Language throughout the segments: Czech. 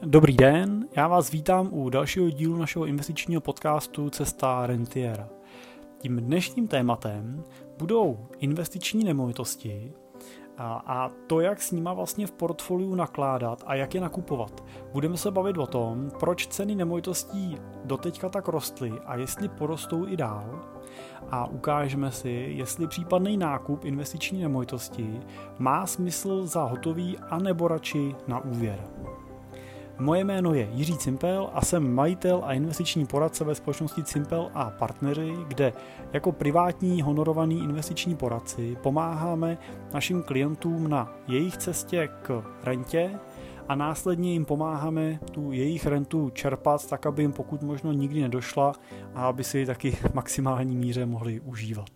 Dobrý den, já vás vítám u dalšího dílu našeho investičního podcastu Cesta rentiera. Tím dnešním tématem budou investiční nemovitosti a to, jak s nima vlastně v portfoliu nakládat a jak je nakupovat. Budeme se bavit o tom, proč ceny nemovitostí doteďka tak rostly a jestli porostou i dál. A ukážeme si, jestli případný nákup investiční nemovitosti má smysl za hotový anebo radši na úvěr. Moje jméno je Jiří Cimpel a jsem majitel a investiční poradce ve společnosti Cimpel a partneři, kde jako privátní honorovaní investiční poradci pomáháme našim klientům na jejich cestě k rentě a následně jim pomáháme tu jejich rentu čerpat tak, aby jim pokud možno nikdy nedošla a aby si ji taky v maximální míře mohli užívat.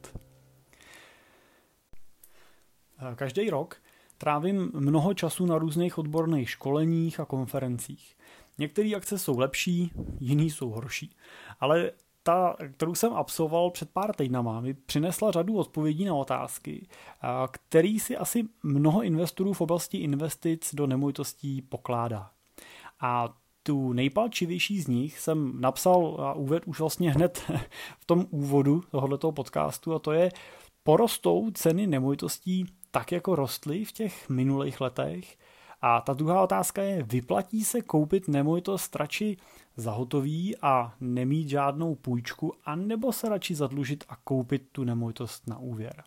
Každý rok trávím mnoho času na různých odborných školeních a konferencích. Některé akce jsou lepší, jiný jsou horší. Ale ta, kterou jsem absolvoval před pár týdnama, mi přinesla řadu odpovědí na otázky, který si asi mnoho investorů v oblasti investic do nemovitostí pokládá. A tu nejpalčivější z nich jsem napsal a uvedl už vlastně hned v tom úvodu tohoto podcastu, a to je: porostou ceny nemovitostí tak, jako rostly v těch minulých letech? A ta druhá otázka je: vyplatí se koupit nemovitost radši za hotový a nemít žádnou půjčku, anebo se radši zadlužit a koupit tu nemovitost na úvěr?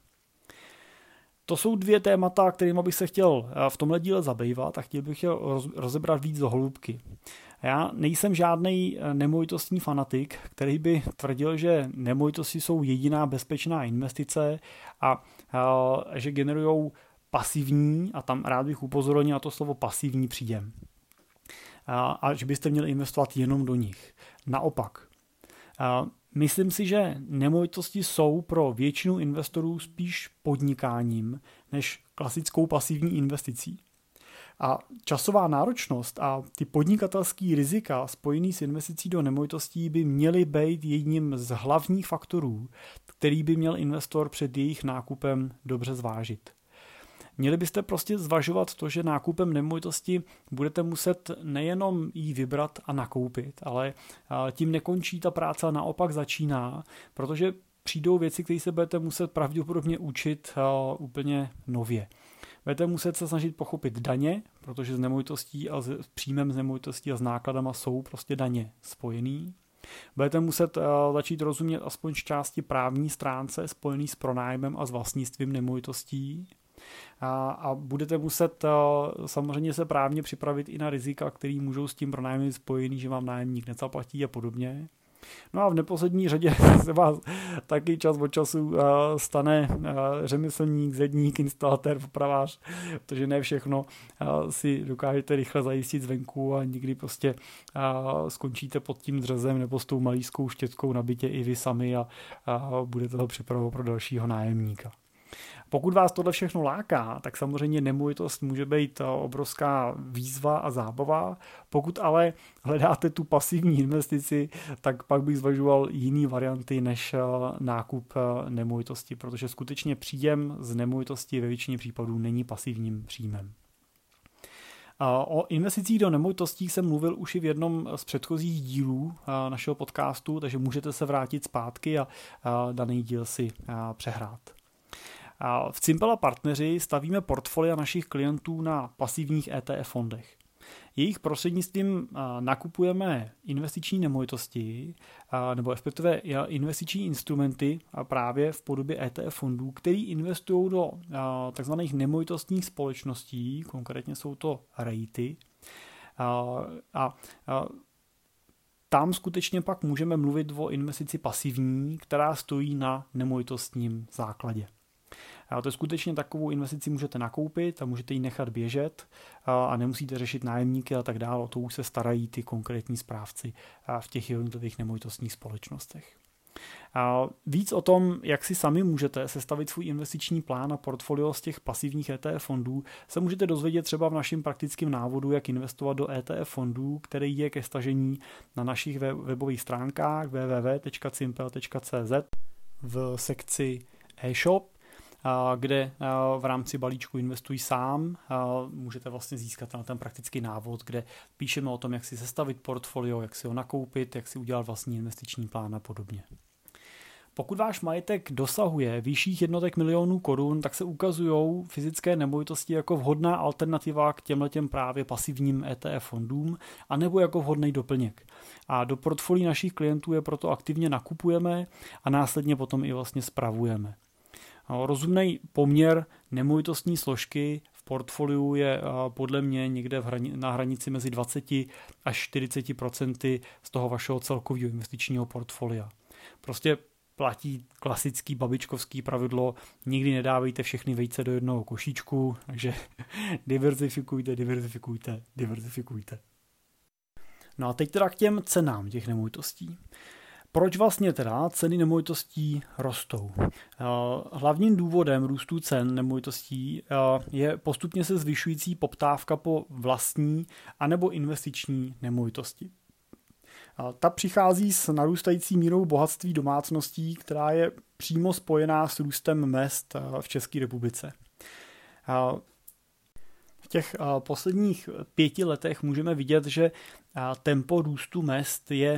To jsou dvě témata, kterými bych se chtěl v tomhle díle zabývat a chtěl bych je rozebrat víc do hloubky. Já nejsem žádný nemovitostní fanatik, který by tvrdil, že nemovitosti jsou jediná bezpečná investice a že generují pasivní, a tam rád bych upozornil na to slovo pasivní, příjem. A že byste měli investovat jenom do nich. Naopak. Myslím si, že nemovitosti jsou pro většinu investorů spíš podnikáním než klasickou pasivní investicí. A časová náročnost a ty podnikatelské rizika spojený s investicí do nemovitostí by měly být jedním z hlavních faktorů, který by měl investor před jejich nákupem dobře zvážit. Měli byste prostě zvažovat to, že nákupem nemovitosti budete muset nejenom jí vybrat a nakoupit, ale tím nekončí ta práce a naopak začíná, protože přijdou věci, které se budete muset pravděpodobně učit úplně nově. Budete muset se snažit pochopit daně, protože s nemovitostí a s příjmem z nemovitostí a s nákladama jsou prostě daně spojený. Budete muset začít rozumět aspoň části právní stránce spojený s pronájmem a s vlastnictvím nemovitostí. A budete muset samozřejmě se právně připravit i na rizika, které můžou s tím pronájmem spojený, že vám nájemník nezaplatí a podobně. No a v neposlední řadě se vás taky čas od času stane řemeslník, zedník, instalatér, opravář, protože ne všechno si dokážete rychle zajistit zvenku a nikdy prostě skončíte pod tím dřezem nebo s tou malířskou štětkou na bytě i vy sami a budete to připravovat pro dalšího nájemníka. Pokud vás tohle všechno láká, tak samozřejmě nemovitost může být obrovská výzva a zábava. Pokud ale hledáte tu pasivní investici, tak pak bych zvažoval jiný varianty než nákup nemovitosti, protože skutečně příjem z nemovitosti ve většině případů není pasivním příjmem. O investicích do nemovitostí jsem mluvil už i v jednom z předchozích dílů našeho podcastu, takže můžete se vrátit zpátky a daný díl si přehrát. V Cimpel a partneři stavíme portfolia našich klientů na pasivních ETF fondech. Jejich prostřednictvím nakupujeme investiční nemovitosti nebo respektive investiční instrumenty právě v podobě ETF fondů, který investují do tzv. Nemovitostních společností, konkrétně jsou to REITy. Tam skutečně pak můžeme mluvit o investici pasivní, která stojí na nemovitostním základě. To je skutečně takovou investici můžete nakoupit a můžete ji nechat běžet a nemusíte řešit nájemníky a tak dále. O to už se starají ty konkrétní správci v těch jednotlivých nemovitostních společnostech. Víc o tom, jak si sami můžete sestavit svůj investiční plán a portfolio z těch pasivních ETF fondů, se můžete dozvědět třeba v našem praktickém návodu, jak investovat do ETF fondů, který je ke stažení na našich webových stránkách www.cimpel.cz v sekci e-shop. kde v rámci balíčku Investuj sám můžete vlastně získat na ten praktický návod, kde píšeme o tom, jak si sestavit portfolio, jak si ho nakoupit, jak si udělat vlastní investiční plán a podobně. Pokud váš majetek dosahuje vyšších jednotek milionů korun, tak se ukazují fyzické nemovitosti jako vhodná alternativa k těmhletěm právě pasivním ETF fondům, anebo jako vhodný doplněk. A do portfolií našich klientů je proto aktivně nakupujeme a následně potom i vlastně spravujeme. Rozumný poměr nemovitostní složky v portfoliu je podle mě někde na hranici mezi 20 až 40% z toho vašeho celkového investičního portfolia. Prostě platí klasický babičkovský pravidlo, nikdy nedávejte všechny vejce do jednoho košíčku, takže diverzifikujte. No a teď teda k těm cenám těch nemovitostí. Proč vlastně teda ceny nemovitostí rostou? Hlavním důvodem růstu cen nemovitostí je postupně se zvyšující poptávka po vlastní anebo investiční nemovitosti. Ta přichází s narůstající mírou bohatství domácností, která je přímo spojená s růstem mezd v České republice. V těch posledních 5 letech můžeme vidět, že tempo růstu mezd je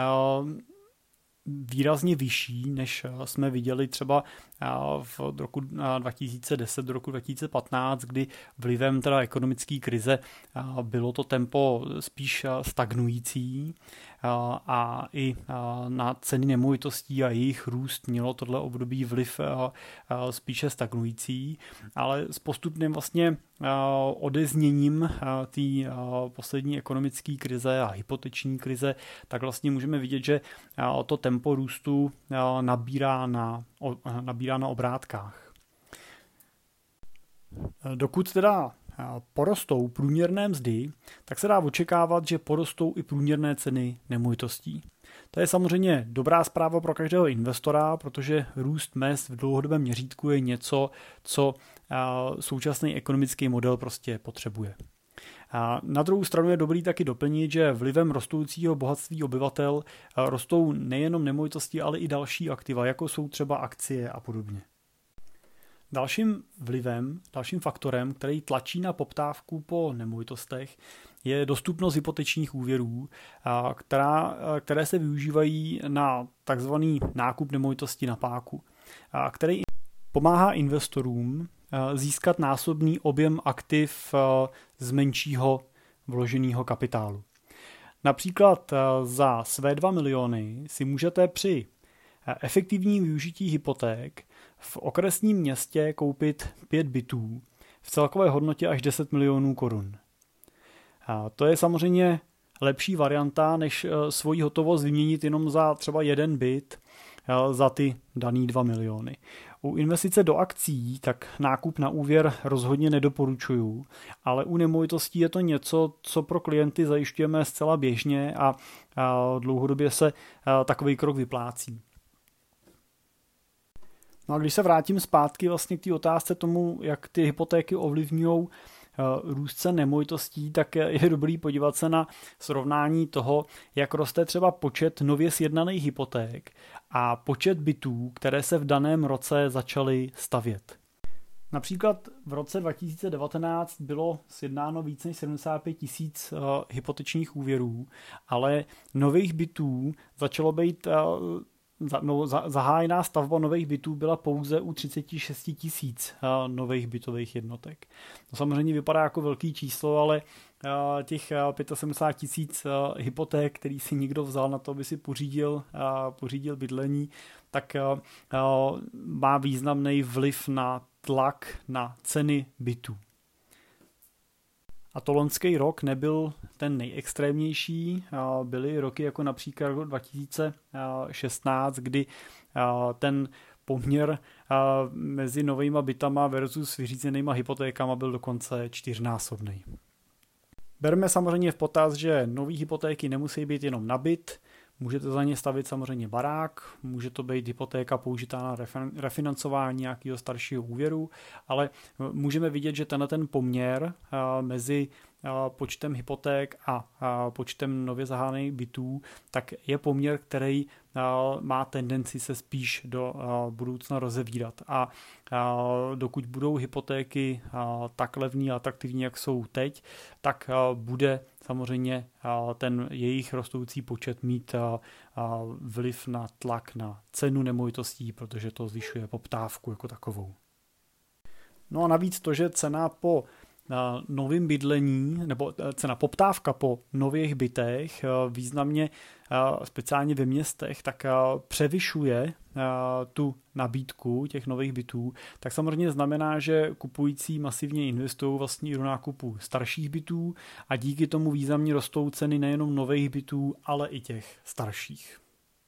výrazně vyšší, než jsme viděli třeba v roku 2010 do roku 2015, kdy vlivem teda ekonomické krize bylo to tempo spíš stagnující a i na ceny nemovitostí a jejich růst mělo tohle období vliv spíše stagnující, ale s postupným vlastně odezněním té poslední ekonomické krize a hypoteční krize, tak vlastně můžeme vidět, že to tempo růstu nabírá na obrátkách. Dokud teda porostou průměrné mzdy, tak se dá očekávat, že porostou i průměrné ceny nemovitostí. To je samozřejmě dobrá zpráva pro každého investora, protože růst mezd v dlouhodobém měřítku je něco, co současný ekonomický model prostě potřebuje. Na druhou stranu je dobrý taky doplnit, že vlivem rostoucího bohatství obyvatel rostou nejenom nemovitosti, ale i další aktiva, jako jsou třeba akcie a podobně. Dalším faktorem, který tlačí na poptávku po nemovitostech, je dostupnost hypotečních úvěrů, které se využívají na takzvaný nákup nemovitosti na páku, který pomáhá investorům získat násobný objem aktiv z menšího vloženého kapitálu. Například za své 2 miliony si můžete při efektivním využití hypoték v okresním městě koupit 5 bytů v celkové hodnotě až 10 milionů korun. To je samozřejmě lepší varianta, než svoji hotovost vyměnit jenom za třeba jeden byt za ty daný 2 miliony. U investice do akcí tak nákup na úvěr rozhodně nedoporučuju, ale u nemovitostí je to něco, co pro klienty zajišťujeme zcela běžně a dlouhodobě se takový krok vyplácí. No a když se vrátím zpátky vlastně k té otázce tomu, jak ty hypotéky ovlivňují růst cen nemovitostí, tak je dobrý podívat se na srovnání toho, jak roste třeba počet nově sjednaných hypoték a počet bytů, které se v daném roce začaly stavět. Například v roce 2019 bylo sjednáno více než 75 000 hypotečních úvěrů, ale nových bytů začalo být zahájená stavba nových bytů byla pouze u 36 000 nových bytových jednotek. To samozřejmě vypadá jako velký číslo, ale těch 75 000 hypoték, který si někdo vzal na to, aby si pořídil bydlení, tak má významný vliv na tlak na ceny bytů. A to loňský rok nebyl ten nejextrémnější, byly roky jako například rok 2016, kdy ten poměr mezi novejma bytama versus vyřízenýma hypotékama byl dokonce 4násobný. Berme samozřejmě v potaz, že nový hypotéky nemusí být jenom na byt, můžete za ně stavit samozřejmě barák, může to být hypotéka použitá na refinancování nějakého staršího úvěru, ale můžeme vidět, že ten poměr mezi počtem hypoték a počtem nově zahájených bytů, tak je poměr, který má tendenci se spíš do budoucna rozevírat. A dokud budou hypotéky tak levný a atraktivní, jak jsou teď, tak bude samozřejmě ten jejich rostoucí počet mít vliv na tlak na cenu nemovitostí, protože to zvyšuje poptávku jako takovou. No a navíc to, že cena po novým bydlení, nebo cena poptávka po nových bytech významně, speciálně ve městech, tak převyšuje tu nabídku těch nových bytů, tak samozřejmě znamená, že kupující masivně investují vlastně i do nákupu starších bytů a díky tomu významně rostou ceny nejenom nových bytů, ale i těch starších.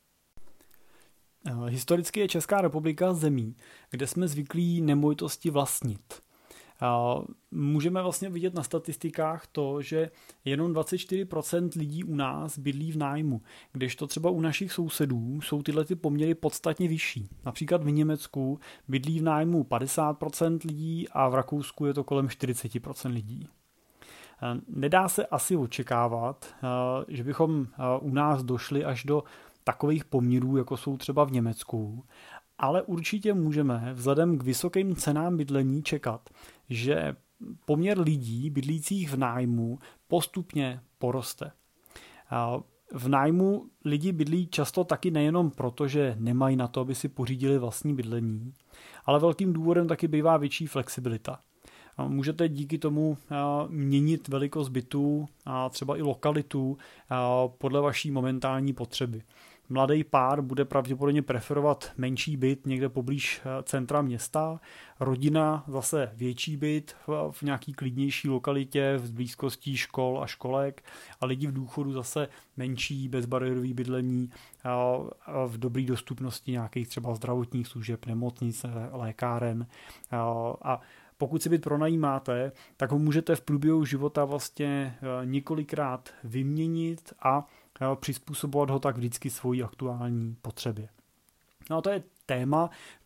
Historicky je Česká republika zemí, kde jsme zvyklí nemovitosti vlastnit. Můžeme vlastně vidět na statistikách to, že jenom 24% lidí u nás bydlí v nájmu, kdežto třeba u našich sousedů jsou tyhle ty poměry podstatně vyšší. Například v Německu bydlí v nájmu 50% lidí a v Rakousku je to kolem 40% lidí. Nedá se asi očekávat, že bychom u nás došli až do takových poměrů, jako jsou třeba v Německu, ale určitě můžeme vzhledem k vysokým cenám bydlení čekat, že poměr lidí bydlících v nájmu postupně poroste. V nájmu lidi bydlí často taky nejenom proto, že nemají na to, aby si pořídili vlastní bydlení, ale velkým důvodem taky bývá větší flexibilita. Můžete díky tomu měnit velikost bytu a třeba i lokalitu podle vaší momentální potřeby. Mladý pár bude pravděpodobně preferovat menší byt někde poblíž centra města, rodina zase větší byt v nějaký klidnější lokalitě v blízkosti škol a školek a lidi v důchodu zase menší bezbariérový bydlení v dobré dostupnosti nějakých třeba zdravotních služeb, nemocnic, lékáren a pokud si byt pronajímáte, tak ho můžete v průběhu života vlastně několikrát vyměnit a přizpůsobovat ho tak vždycky svojí aktuální potřebě. No a to je téma,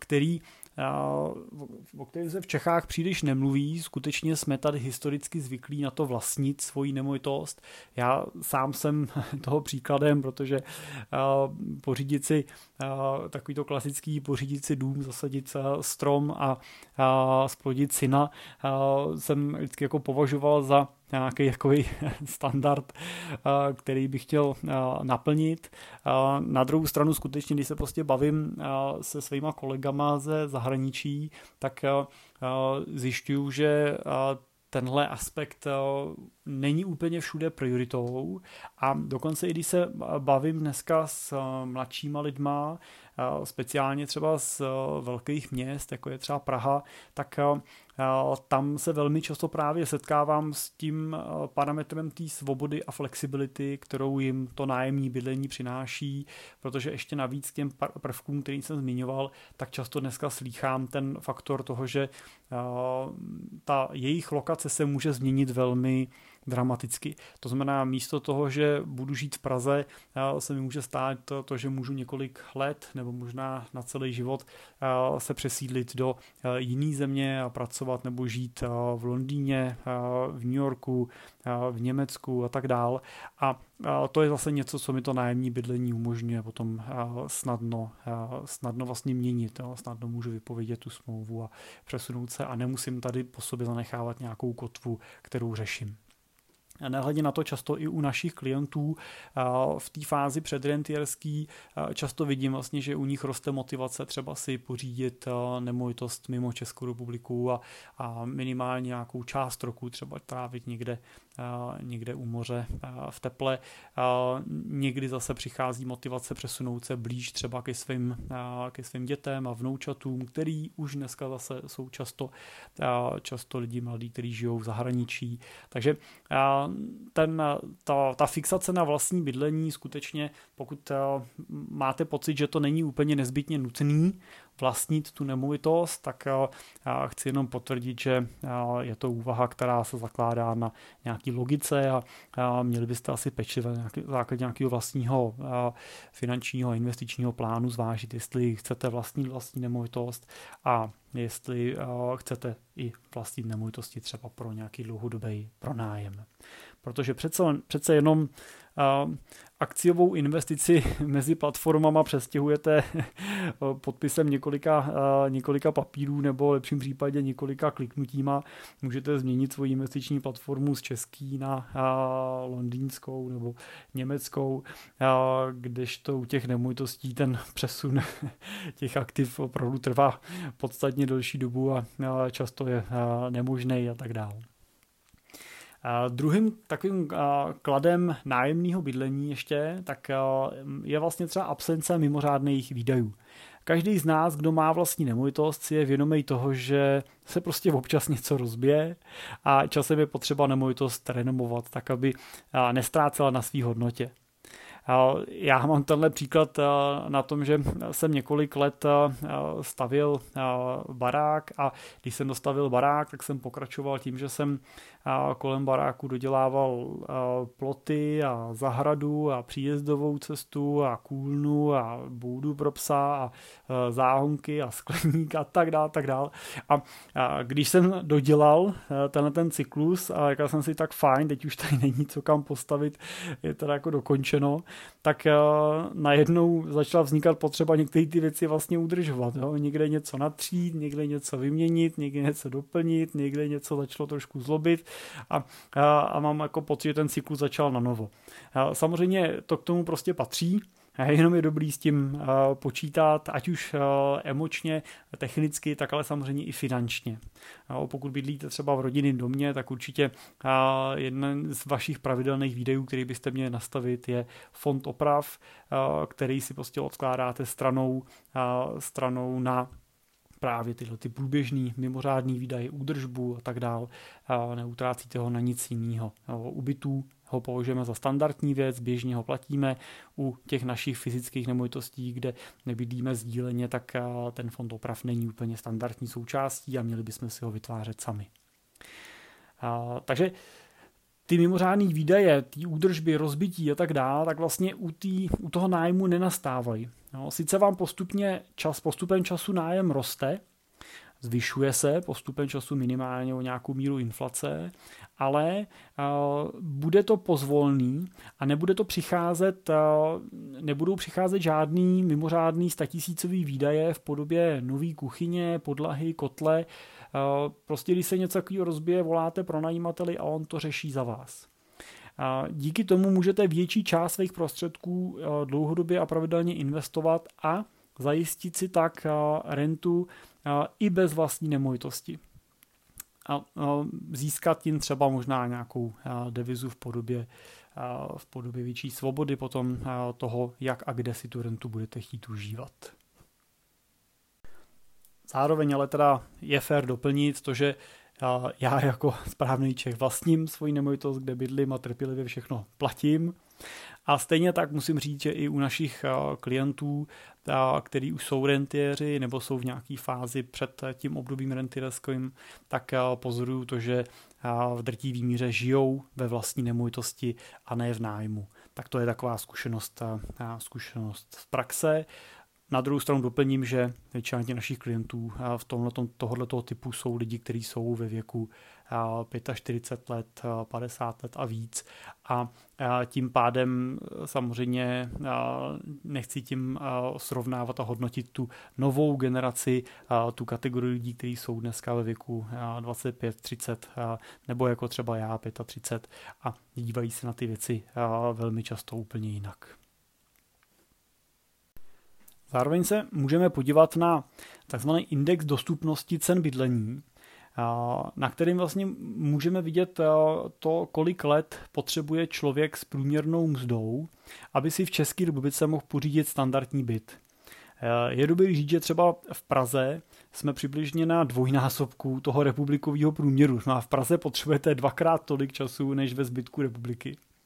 o kterém se v Čechách příliš nemluví. Skutečně jsme tady historicky zvyklí na to vlastnit svoji nemovitost. Já sám jsem toho příkladem, protože pořídit si takovýto klasický pořídit si dům, zasadit strom a splodit syna jsem vždycky jako považoval za nějaký takový standard, který bych chtěl naplnit. Na druhou stranu skutečně, když se prostě bavím se svýma kolegama ze zahraničí, tak zjišťuju, že tenhle aspekt není úplně všude prioritou a dokonce i když se bavím dneska s mladšíma lidma, speciálně třeba z velkých měst, jako je třeba Praha, tak tam se velmi často právě setkávám s tím parametrem té svobody a flexibility, kterou jim to nájemní bydlení přináší, protože ještě navíc k těm prvkům, který jsem zmiňoval, tak často dneska slýchám ten faktor toho, že ta jejich lokace se může změnit velmi dramaticky. To znamená, místo toho, že budu žít v Praze, se mi může stát to, že můžu několik let nebo možná na celý život se přesídlit do jiné země a pracovat nebo žít v Londýně, v New Yorku, v Německu a tak dál. A to je zase něco, co mi to nájemní bydlení umožňuje potom snadno vlastně měnit. Snadno můžu vypovědět tu smlouvu a přesunout se a nemusím tady po sobě zanechávat nějakou kotvu, kterou řeším. Nehledě na to často i u našich klientů v té fázi předrentierský často vidím vlastně, že u nich roste motivace třeba si pořídit nemovitost mimo Českou republiku a minimálně nějakou část roku třeba trávit někde u moře v teple. Někdy zase přichází motivace přesunout se blíž třeba ke svým dětem a vnoučatům, který už dneska zase jsou často lidi mladí, kteří žijou v zahraničí. Takže ta fixace na vlastní bydlení skutečně, pokud máte pocit, že to není úplně nezbytně nutný, vlastnit tu nemovitost, tak chci jenom potvrdit, že je to úvaha, která se zakládá na nějaký logice a měli byste asi pečlivě na základě nějakého vlastního finančního a investičního plánu zvážit, jestli chcete vlastní nemovitost a jestli chcete i vlastnit nemovitosti třeba pro nějaký dlouhodobý pronájem. Protože přece jenom akciovou investici mezi platformama přestěhujete podpisem několika papírů nebo v lepším případě několika kliknutíma. Můžete změnit svoji investiční platformu z český na londýnskou nebo německou, kdežto u těch nemovitostí ten přesun těch aktiv opravdu trvá podstatně delší dobu a často je nemožný a tak dále. Druhým takovým kladem nájemného bydlení ještě, tak je vlastně třeba absence mimořádných výdajů. Každý z nás, kdo má vlastní nemovitost, si je vědomý toho, že se prostě občas něco rozbije a časem je potřeba nemovitost renomovat tak, aby nestrácela na své hodnotě. Já mám tenhle příklad na tom, že jsem několik let stavěl barák a když jsem dostavil barák, tak jsem pokračoval tím, že jsem kolem baráku dodělával ploty a zahradu a příjezdovou cestu a kůlnu a boudu pro psa a záhonky a skleník a tak dál. A když jsem dodělal ten cyklus a říkal jsem si tak fajn, teď už tady není co kam postavit, je teda jako dokončeno, tak najednou začala vznikat potřeba některé ty věci vlastně udržovat. Jo? Někde něco natřít, někde něco vyměnit, někde něco doplnit, někde něco začalo trošku zlobit a mám jako pocit, že ten cyklus začal na novo. Samozřejmě to k tomu prostě patří, jenom je dobrý s tím počítat, ať už emočně, technicky, tak ale samozřejmě i finančně. Pokud bydlíte třeba v rodinném domě, tak určitě jeden z vašich pravidelných výdajů, který byste měli nastavit, je fond oprav, který si prostě odkládáte stranou na právě tyhle ty průběžný, mimořádný výdaje, údržbu a tak dál. Neutrácíte ho na nic jiného. U bytů ho považujeme za standardní věc, běžně ho platíme. U těch našich fyzických nemovitostí, kde nebydlíme sdíleně, tak ten fond oprav není úplně standardní součástí a měli bychom si ho vytvářet sami. Takže ty mimořádný výdaje, ty údržby, rozbití a tak dále, tak vlastně u toho nájmu nenastávají. Sice vám postupem času nájem roste, zvyšuje se postupem času minimálně o nějakou míru inflace, ale bude to pozvolný a nebudou přicházet žádný mimořádný statisícový výdaje v podobě nový kuchyně, podlahy, kotle. Prostě když se něco takového rozbije, voláte pronajímateli a on to řeší za vás. Díky tomu můžete větší část svých prostředků dlouhodobě a pravidelně investovat a zajistit si tak rentu i bez vlastní nemovitosti. A získat tím třeba možná nějakou devizu v podobě větší svobody potom toho, jak a kde si tu rentu budete chtít užívat. Zároveň ale teda je fér doplnit to, že já jako správný Čech vlastním svoji nemovitost, kde bydlím a trpělivě všechno platím. A stejně tak musím říct, že i u našich klientů, který už jsou rentiéři nebo jsou v nějaké fázi před tím obdobím rentierskovým, tak pozoruju to, že v drtivé míře žijou ve vlastní nemovitosti a ne v nájmu. Tak to je taková zkušenost z praxe. Na druhou stranu doplním, že většina našich klientů v tohoto typu jsou lidi, kteří jsou ve věku 45 let, 50 let a víc. A tím pádem samozřejmě nechci tím srovnávat a hodnotit tu novou generaci, tu kategorii lidí, kteří jsou dneska ve věku 25, 30 nebo jako třeba já 35 a dívají se na ty věci velmi často úplně jinak. Zároveň se můžeme podívat na takzvaný index dostupnosti cen bydlení, na kterým vlastně můžeme vidět to, kolik let potřebuje člověk s průměrnou mzdou, aby si v České republice mohl pořídit standardní byt. Je dobré říct, že třeba v Praze jsme přibližně na dvojnásobku toho republikového průměru. No a v Praze potřebujete 2x tolik času, než ve zbytku republiky.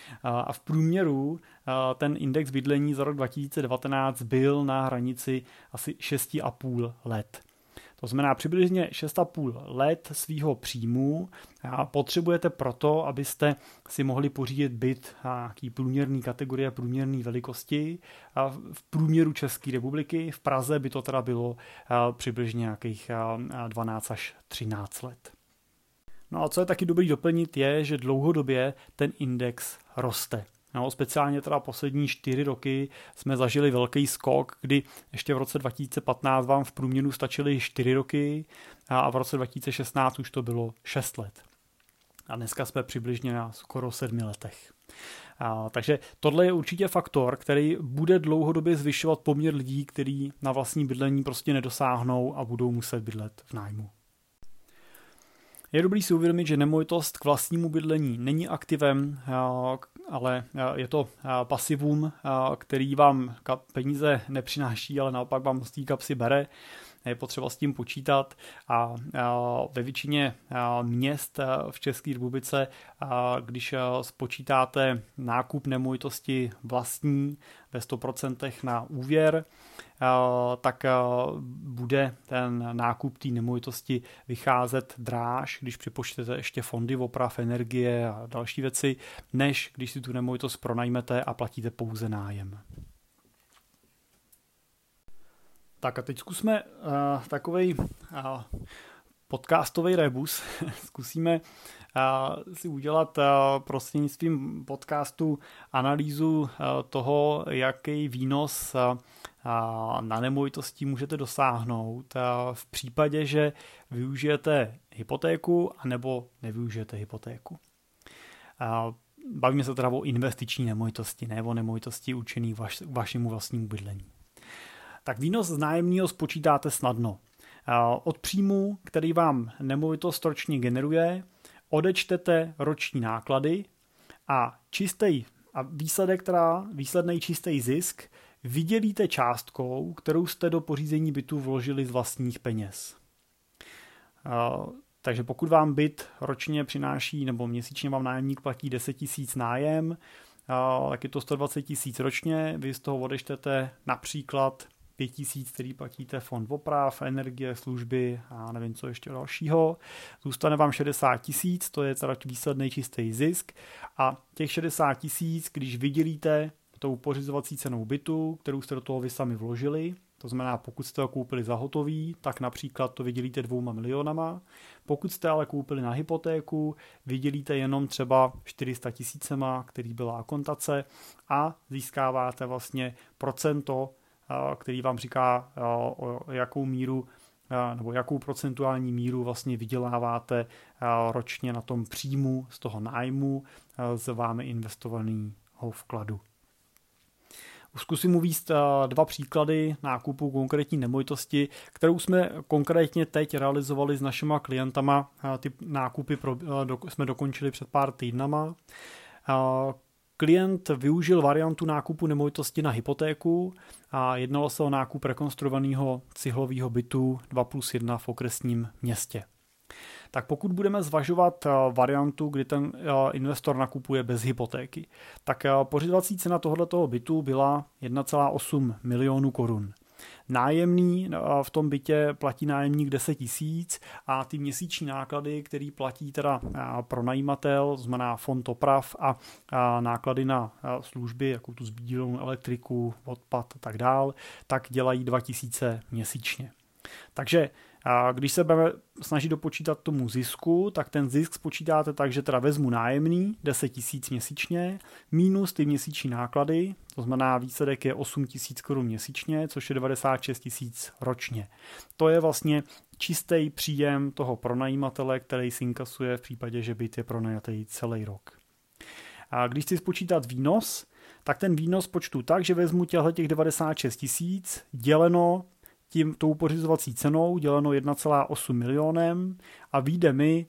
A v průměru ten index bydlení za rok 2019 byl na hranici asi 6,5 let. To znamená přibližně 6,5 let svýho příjmu potřebujete proto, abyste si mohli pořídit byt nějaký průměrný kategorie, průměrný velikosti. V průměru České republiky, v Praze by to teda bylo přibližně nějakých 12 až 13 let. No a co je taky dobrý doplnit je, že dlouhodobě ten index roste. No, speciálně teda poslední 4 roky jsme zažili velký skok, kdy ještě v roce 2015 vám v průměru stačily 4 roky a v roce 2016 už to bylo 6 let. A dneska jsme přibližně na skoro 7 letech. Takže tohle je určitě faktor, který bude dlouhodobě zvyšovat poměr lidí, kteří na vlastní bydlení prostě nedosáhnou a budou muset bydlet v nájmu. Je dobrý si uvědomit, že nemovitost k vlastnímu bydlení není aktivem, ale je to pasivum, který vám peníze nepřináší, ale naopak vám z té kapsy bere. Je potřeba s tím počítat a ve většině měst v České republice, když spočítáte nákup nemovitosti vlastní ve 100% na úvěr, tak bude ten nákup té nemovitosti vycházet dráž, když připočtete ještě fondy oprav, energie a další věci, než když si tu nemovitost pronajmete a platíte pouze nájem. Tak a teď zkusme takovej podcastový rebus. Zkusíme si udělat prostřednictvím podcastu analýzu toho, jaký výnos na nemovitosti můžete dosáhnout v případě, že využijete hypotéku anebo nevyužijete hypotéku. Bavíme se teda o investiční nemovitosti, ne o nemovitosti určený vašemu vlastnímu bydlení. Tak výnos z nájemního spočítáte snadno. Od příjmu, který vám nemovitost ročně generuje, odečtete roční náklady a výsledný čistý zisk vydělíte částkou, kterou jste do pořízení bytu vložili z vlastních peněz. Takže pokud vám byt ročně přináší nebo měsíčně vám nájemník platí 10 000 nájem, tak je to 120 000 ročně, vy z toho odečtete například 5 000, který platíte fond oprav, energie, služby a nevím co ještě dalšího. Zůstane vám 60 000, to je teda výsledný čistý zisk a těch 60 000, když vydělíte tou pořizovací cenou bytu, kterou jste do toho vy sami vložili, to znamená, pokud jste ho koupili za hotový, tak například to vydělíte 2 milionama. Pokud jste ale koupili na hypotéku, vydělíte jenom třeba 400 000, který byla akontace a získáváte vlastně procento, který vám říká, o jakou míru nebo jakou procentuální míru vlastně vyděláváte ročně na tom příjmu z toho nájmu z vámi investovaného vkladu. Zkusím uvést 2 příklady nákupu konkrétní nemovitosti, kterou jsme konkrétně teď realizovali s našima klientama. Ty nákupy jsme dokončili před pár týdnama. Klient využil variantu nákupu nemovitosti na hypotéku a jednalo se o nákup rekonstruovaného cihlového bytu 2+1 v okresním městě. Tak pokud budeme zvažovat variantu, kdy ten investor nakupuje bez hypotéky, tak pořizovací cena tohoto bytu byla 1,8 milionu korun. Nájemný v tom bytě platí nájemník 10 000 a ty měsíční náklady, který platí teda pronajímatel, znamená fond oprav a náklady na služby, jako tu sbíranou elektriku, odpad a tak dál, tak dělají 2 000 měsíčně. Takže když se budeme snažit dopočítat tomu zisku, tak ten zisk spočítáte tak, že teda vezmu nájemný 10 000 měsíčně minus ty měsíční náklady, to znamená výsledek je 8 000 korun měsíčně, což je 96 000 ročně. To je vlastně čistý příjem toho pronajímatele, který si inkasuje v případě, že byt je pronajatý celý rok. A když chci spočítat výnos, tak ten výnos počtu tak, že vezmu těch 96 000 děleno tou pořizovací cenou děleno 1,8 milionem a vyjde mi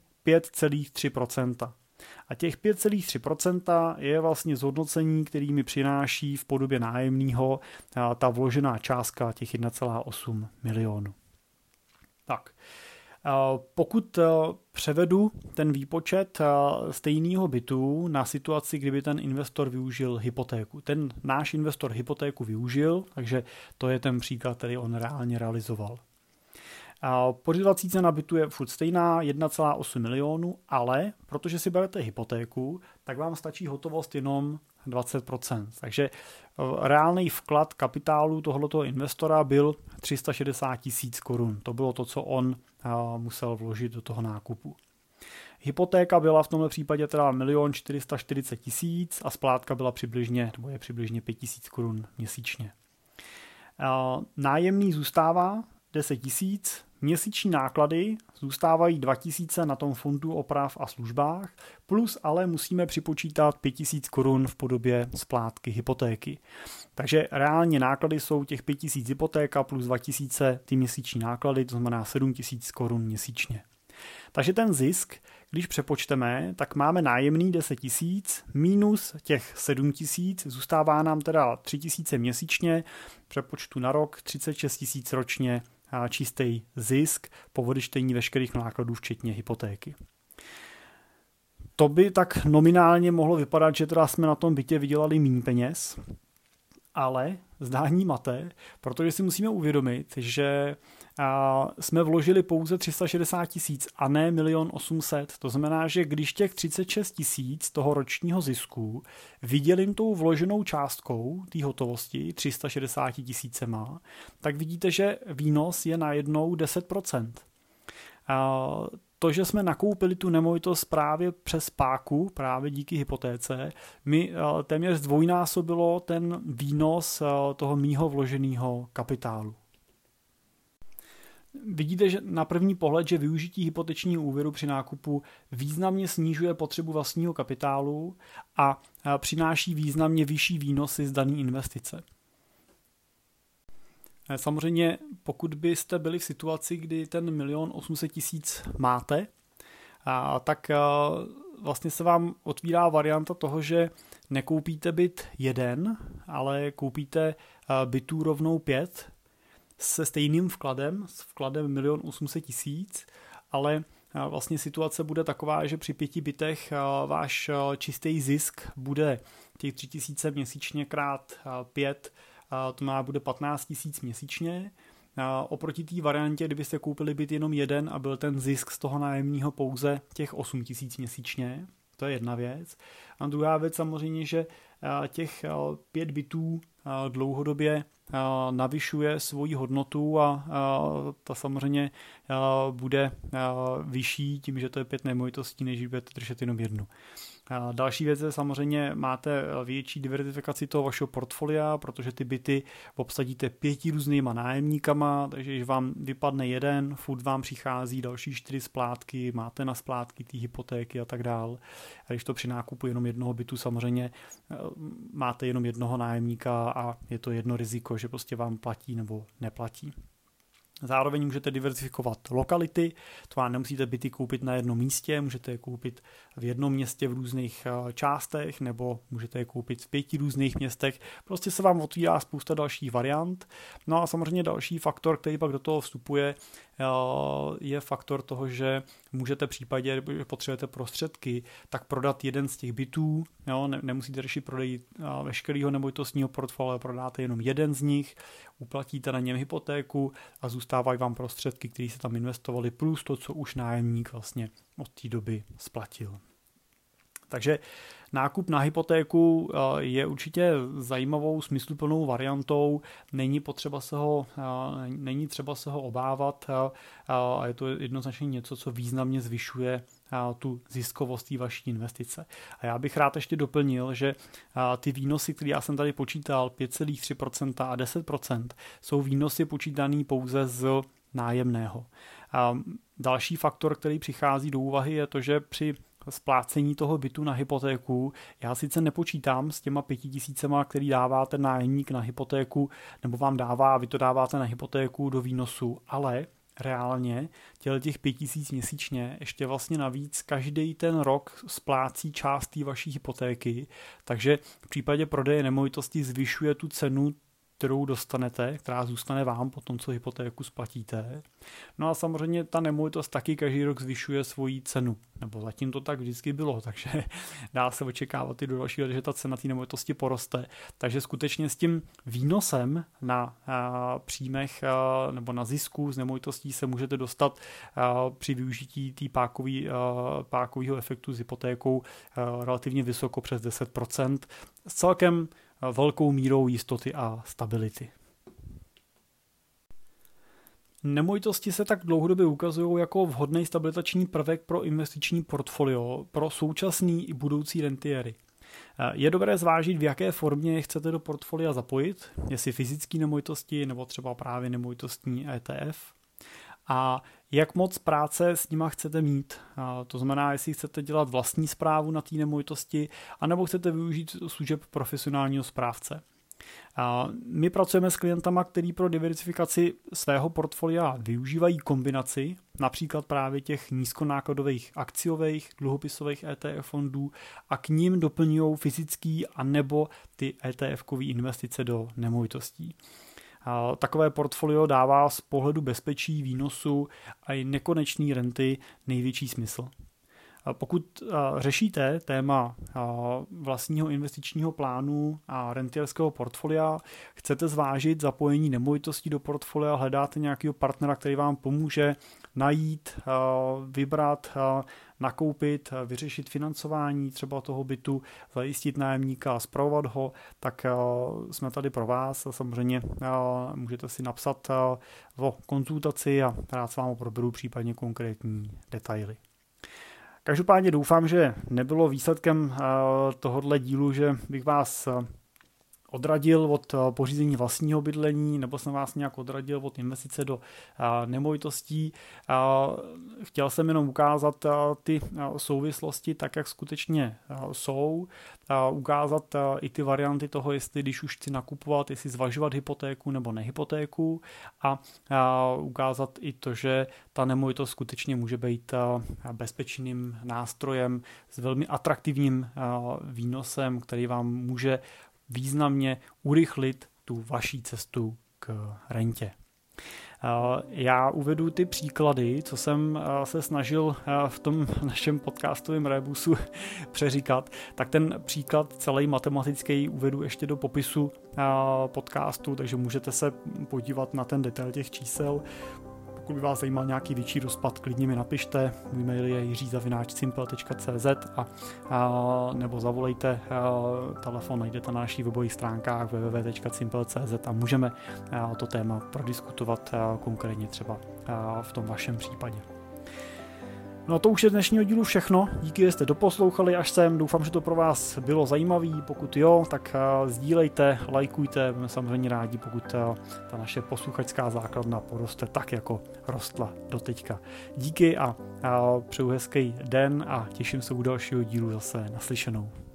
5,3%. A těch 5,3% je vlastně zhodnocení, který mi přináší v podobě nájemného ta vložená částka těch 1,8 milionu. Tak. Pokud převedu ten výpočet stejného bytu na situaci, kdyby ten investor využil hypotéku. Ten náš investor hypotéku využil, takže to je ten příklad, který on reálně realizoval. Pořizovací cena bytu je furt stejná, 1,8 milionu, ale protože si berete hypotéku, tak vám stačí hotovost jenom 20%. Takže reálný vklad kapitálu tohoto investora byl 360 tisíc korun. To bylo to, co on musel vložit do toho nákupu. Hypotéka byla v tomhle případě teda 1 440 000 a splátka byla je přibližně 5 000 korun měsíčně. Nájemný zůstává 10 000, měsíční náklady zůstávají 2 000 na tom fondu oprav a službách, plus ale musíme připočítat 5 000 korun v podobě splátky hypotéky. Takže reálně náklady jsou těch 5 000 hypotéka plus 2 000 ty měsíční náklady, to znamená 7 000 korun měsíčně. Takže ten zisk, když přepočteme, tak máme nájemný 10 000 minus těch 7 000, zůstává nám teda 3 000 měsíčně, přepočtu na rok 36 000 ročně čistý zisk po odečtení veškerých nákladů, včetně hypotéky. To by tak nominálně mohlo vypadat, že teda jsme na tom bytě vydělali méně peněz, ale zdání mate, protože si musíme uvědomit, že jsme vložili pouze 360 000 a ne 1 800 000. To znamená, že když těch 36 000 toho ročního zisku vydělím tou vloženou částkou té hotovosti 360 000, tak vidíte, že výnos je najednou 10%. To, že jsme nakoupili tu nemovitost právě přes páku, právě díky hypotéce, mi téměř zdvojnásobilo ten výnos toho mýho vloženého kapitálu. Vidíte, že na první pohled, že využití hypotečního úvěru při nákupu významně snižuje potřebu vlastního kapitálu a přináší významně vyšší výnosy z dané investice. Samozřejmě, pokud byste byli v situaci, kdy ten 1 800 000 máte, tak vlastně se vám otvírá varianta toho, že nekoupíte byt jeden, ale koupíte bytů rovnou 5 se stejným vkladem, s vkladem 1 800 000, ale vlastně situace bude taková, že při 5 bytech váš čistý zisk bude těch 3 000 měsíčně krát 5, to má bude 15 000 měsíčně. Oproti té variantě, kdybyste koupili byt jenom jeden a byl ten zisk z toho nájemního pouze těch 8 000 měsíčně, to je jedna věc. A druhá věc samozřejmě, že těch 5 bytů dlouhodobě navyšuje svoji hodnotu a ta samozřejmě bude vyšší tím, že to je 5 nemovitostí, než budete držet jenom jednu. Další věc je samozřejmě, máte větší diverzifikaci toho vašeho portfolia, protože ty byty obsadíte 5 různýma nájemníkama, takže když vám vypadne jeden, furt vám přichází další 4 splátky, máte na splátky ty hypotéky a tak dál. A když to při nákupu jenom jednoho bytu samozřejmě máte jenom jednoho nájemníka a je to jedno riziko, že prostě vám platí nebo neplatí. Zároveň můžete diverzifikovat lokality, to vám nemusíte byty koupit na jednom místě, můžete je koupit v jednom městě v různých částech, nebo můžete je koupit v 5 různých městech, prostě se vám otvírá spousta dalších variant. No a samozřejmě další faktor, který pak do toho vstupuje, je faktor toho, že můžete v případě, že potřebujete prostředky, tak prodat jeden z těch bytů, jo, nemusíte řešit prodej veškerého nemovitostního portfolia, prodáte jenom jeden z nich, uplatíte na něm hypotéku a zůstávají vám prostředky, které se tam investovaly, plus to, co už nájemník vlastně od té doby splatil. Takže nákup na hypotéku je určitě zajímavou, smysluplnou variantou, není třeba se ho obávat a je to jednoznačně něco, co významně zvyšuje tu ziskovost té vaší investice. A já bych rád ještě doplnil, že ty výnosy, které já jsem tady počítal, 5,3% a 10%, jsou výnosy počítané pouze z nájemného. Další faktor, který přichází do úvahy, je to, že při splácení toho bytu na hypotéku já sice nepočítám s těma 5 000, který dává ten nájemník na hypotéku, nebo vám dává a vy to dáváte na hypotéku do výnosu, ale reálně těch 5 000 měsíčně ještě vlastně navíc každý ten rok splácí část té vaší hypotéky, takže v případě prodeje nemovitosti zvyšuje tu cenu kterou dostanete, která zůstane vám po tom, co hypotéku splatíte. No a samozřejmě ta nemovitost taky každý rok zvyšuje svoji cenu, nebo zatím to tak vždycky bylo, takže dá se očekávat i do dalšího let, že ta cena té nemovitosti poroste. Takže skutečně s tím výnosem na příjmech nebo na zisku z nemovitostí se můžete dostat při využití té pákového efektu s hypotékou relativně vysoko přes 10%, s celkem velkou mírou jistoty a stability. Nemovitosti se tak dlouhodobě ukazují jako vhodný stabilizační prvek pro investiční portfolio pro současný i budoucí rentiéry. Je dobré zvážit, v jaké formě chcete do portfolia zapojit, jestli fyzické nemovitosti nebo třeba právě nemovitostní ETF. A jak moc práce s nima chcete mít. To znamená, jestli chcete dělat vlastní správu na té nemovitosti, anebo chcete využít služeb profesionálního správce. My pracujeme s klientama, který pro diversifikaci svého portfolia využívají kombinaci, například právě těch nízkonákladových akciových, dluhopisových ETF fondů a k ním doplňují fyzický anebo ty ETF-kové investice do nemovitostí. Takové portfolio dává z pohledu bezpečí, výnosu a i nekonečný renty největší smysl. Pokud řešíte téma vlastního investičního plánu a rentierského portfolia, chcete zvážit zapojení nemovitostí do portfolia, hledáte nějakého partnera, který vám pomůže najít, vybrat, nakoupit, vyřešit financování třeba toho bytu, zajistit nájemníka a spravovat ho, tak jsme tady pro vás a samozřejmě můžete si napsat o konzultaci a rád s vámi proberu případně konkrétní detaily. Každopádně doufám, že nebylo výsledkem tohohle dílu, že bych vás odradil od pořízení vlastního bydlení nebo jsem vás nějak odradil od investice do nemovitostí. Chtěl jsem jenom ukázat ty souvislosti tak, jak skutečně jsou. Ukázat i ty varianty toho, jestli když už chci nakupovat, jestli zvažovat hypotéku nebo nehypotéku a ukázat i to, že ta nemovitost skutečně může být bezpečným nástrojem s velmi atraktivním výnosem, který vám může významně urychlit tu vaší cestu k rentě. Já uvedu ty příklady, co jsem se snažil v tom našem podcastovém rebusu přeříkat, tak ten příklad celý matematický uvedu ještě do popisu podcastu, takže můžete se podívat na ten detail těch čísel. Pokud by vás zajímal nějaký větší rozpad, klidně mi napište. Můj mail je jiří@simple.cz a nebo zavolejte, telefon najdete na našich webových stránkách www.simple.cz a můžeme to téma prodiskutovat konkrétně třeba v tom vašem případě. No to už je dnešního dílu všechno. Díky, že jste doposlouchali až sem. Doufám, že to pro vás bylo zajímavý. Pokud jo, tak sdílejte, lajkujte. Budeme samozřejmě rádi, pokud ta naše posluchačská základna poroste tak, jako rostla doteďka. Díky a přeju hezký den a těším se u dalšího dílu zase naslyšenou.